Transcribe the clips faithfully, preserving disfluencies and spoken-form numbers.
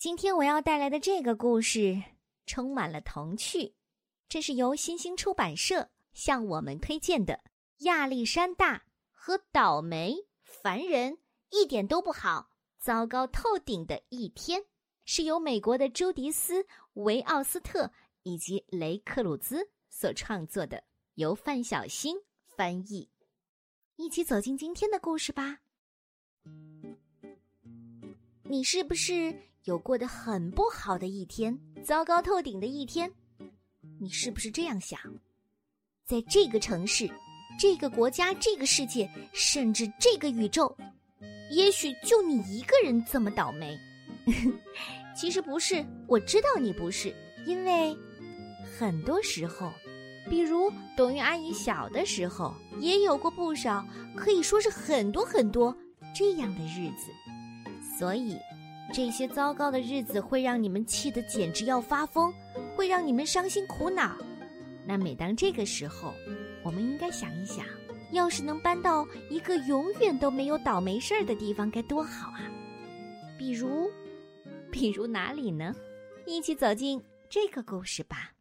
今天我要带来的这个故事充满了童趣，这是由新兴出版社向我们推荐的《亚历山大和倒霉烦人一点都不好糟糕透顶的一天》，是由美国的朱迪斯·维奥斯特以及雷克鲁兹所创作的，由范小新翻译。一起走进今天的故事吧。你是不是有过得很不好的一天，糟糕透顶的一天？你是不是这样想？在这个城市、这个国家、这个世界，甚至这个宇宙，也许就你一个人这么倒霉。其实不是，我知道你不是，因为很多时候，比如董玉阿姨小的时候，也有过不少，可以说是很多很多这样的日子。所以这些糟糕的日子会让你们气得简直要发疯，会让你们伤心苦恼。那每当这个时候，我们应该想一想，要是能搬到一个永远都没有倒霉事儿的地方该多好啊。比如比如哪里呢？一起走进这个故事吧。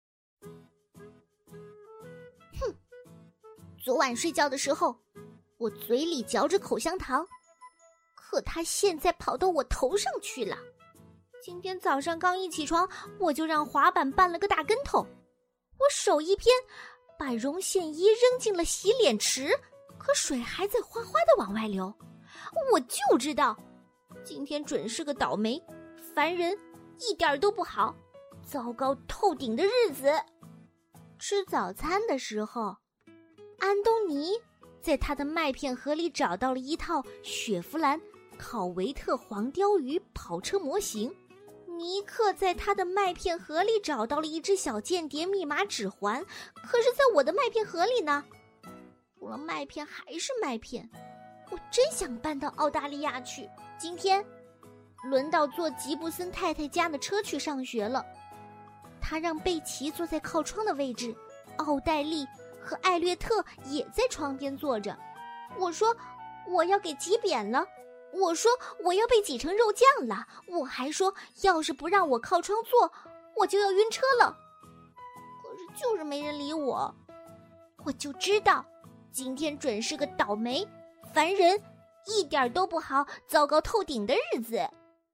哼，昨晚睡觉的时候，我嘴里嚼着口香糖，可它现在跑到我头上去了。今天早上刚一起床，我就让滑板绊了个大跟头，我手一偏，把绒线衣扔进了洗脸池，可水还在哗哗地往外流。我就知道今天准是个倒霉烦人一点都不好糟糕透顶的日子。吃早餐的时候，安东尼在他的麦片盒里找到了一套雪佛兰考维特黄鲷鱼跑车模型，尼克在他的麦片盒里找到了一只小间谍密码指环，可是在我的麦片盒里呢，除了麦片还是麦片。我真想搬到澳大利亚去。今天轮到坐吉布森太太家的车去上学了，他让贝奇坐在靠窗的位置，奥黛丽和艾略特也在窗边坐着。我说我要给挤扁了，我说我要被挤成肉酱了，我还说要是不让我靠窗坐，我就要晕车了。可是就是没人理我。我就知道今天准是个倒霉烦人一点都不好糟糕透顶的日子。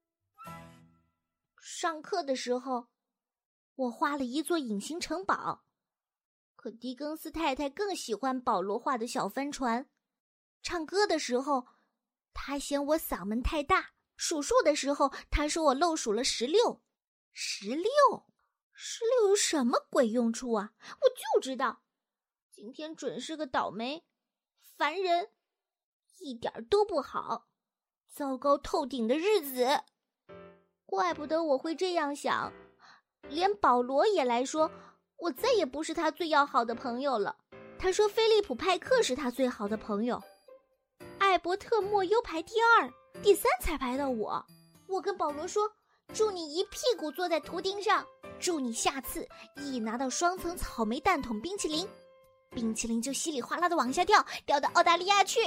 上课的时候，我画了一座隐形城堡，可狄更斯太太更喜欢保罗画的小帆船。唱歌的时候，他嫌我嗓门太大，数数的时候，他说我漏数了十六。十六？十六有什么鬼用处啊？我就知道，今天准是个倒霉烦人一点都不好糟糕透顶的日子。怪不得我会这样想，连保罗也来说，我再也不是他最要好的朋友了。他说菲利普派克是他最好的朋友，艾伯特莫优排第二，第三才排到我。我跟保罗说，祝你一屁股坐在图钉上，祝你下次一拿到双层草莓蛋筒冰淇淋，冰淇淋就稀里哗啦的往下掉，掉到澳大利亚去。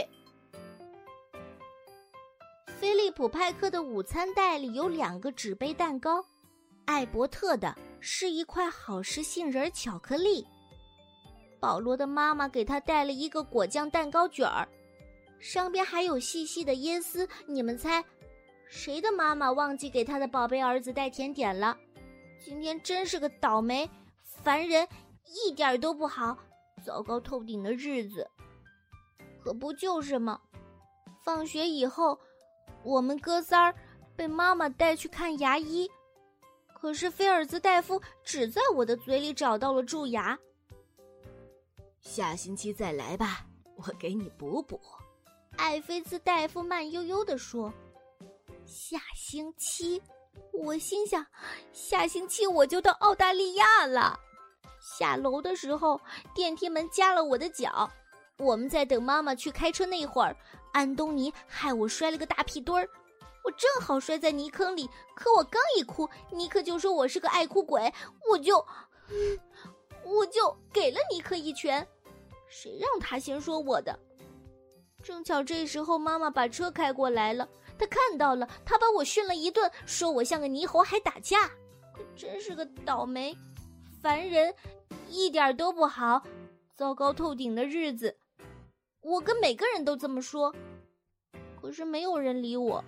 菲利普派克的午餐袋里有两个纸杯蛋糕，艾伯特的是一块好时杏仁巧克力，保罗的妈妈给他带了一个果酱蛋糕卷儿，上边还有细细的椰丝。你们猜谁的妈妈忘记给他的宝贝儿子带甜点了？今天真是个倒霉烦人一点都不好糟糕透顶的日子。可不就是吗？放学以后，我们哥仨儿被妈妈带去看牙医，可是菲尔兹大夫只在我的嘴里找到了蛀牙。 下星期再来吧，我给你补补。 艾菲兹大夫慢悠悠地说。下星期？我心想，下星期我就到澳大利亚了。下楼的时候，电梯门夹了我的脚。我们在等妈妈去开车那会儿，安东尼害我摔了个大屁墩儿，我正好摔在泥坑里，可我刚一哭，尼克就说我是个爱哭鬼，我就我就给了尼克一拳。谁让他先说我的？正巧这时候妈妈把车开过来了， 他看到了，他把我训了一顿，说我像个猕猴，还打架。真是个倒霉、烦人，一点都不好，糟糕透顶的日子。我跟每个人都这么说，可是没有人理我。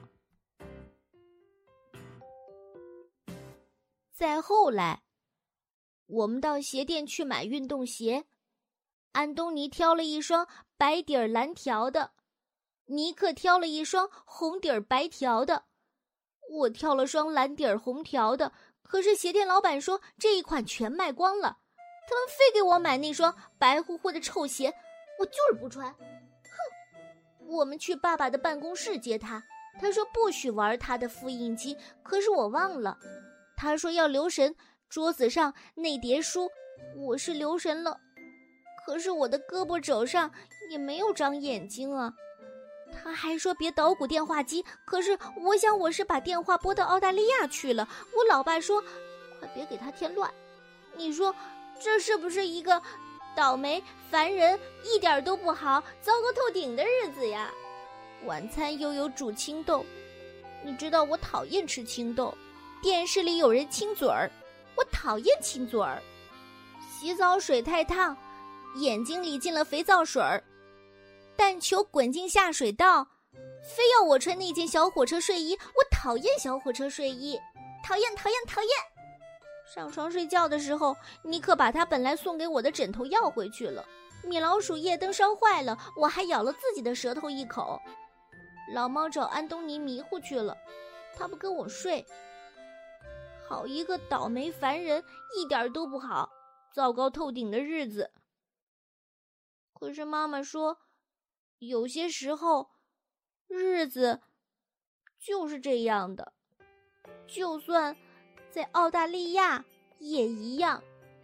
再后来，我们到鞋店去买运动鞋，安东尼挑了一双白底儿蓝条的，尼克挑了一双红底儿白条的，我挑了双蓝底儿红条的。可是鞋店老板说这一款全卖光了，他们非给我买那双白乎乎的臭鞋，我就是不穿。哼！我们去爸爸的办公室接他，他说不许玩他的复印机，可是我忘了。他说要留神桌子上那叠书，我是留神了，可是我的胳膊肘上也没有长眼睛啊。他还说别捣鼓电话机，可是我想我是把电话拨到澳大利亚去了。我老爸说快别给他添乱。你说这是不是一个倒霉、烦人、一点都不好、糟糕透顶的日子呀？晚餐又有煮青豆，你知道我讨厌吃青豆。电视里有人亲嘴儿，我讨厌亲嘴儿。洗澡水太烫，眼睛里进了肥皂水儿。蛋球滚进下水道，非要我穿那件小火车睡衣，我讨厌小火车睡衣，讨厌讨厌讨厌。上床睡觉的时候，尼克把他本来送给我的枕头要回去了。米老鼠夜灯烧坏了，我还咬了自己的舌头一口。老猫找安东尼迷糊去了，他不跟我睡。好一个倒霉烦人，一点都不好，糟糕透顶的日子。可是妈妈说，有些时候，日子就是这样的，就算在澳大利亚也一样。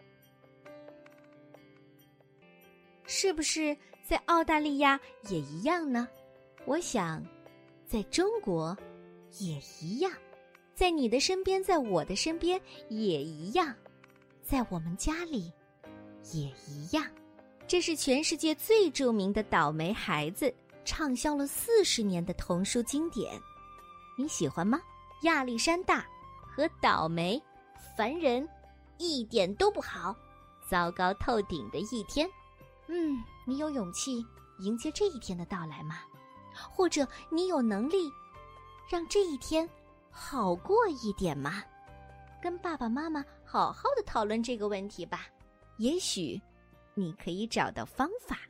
是不是在澳大利亚也一样呢？我想，在中国也一样，在你的身边，在我的身边也一样，在我们家里也一样。这是全世界最著名的倒霉孩子，畅销了四十年的童书经典，你喜欢吗？亚历山大和倒霉、烦人、一点都不好、糟糕透顶的一天。嗯，你有勇气迎接这一天的到来吗？或者你有能力让这一天好过一点吗？跟爸爸妈妈好好的讨论这个问题吧，也许你可以找到方法。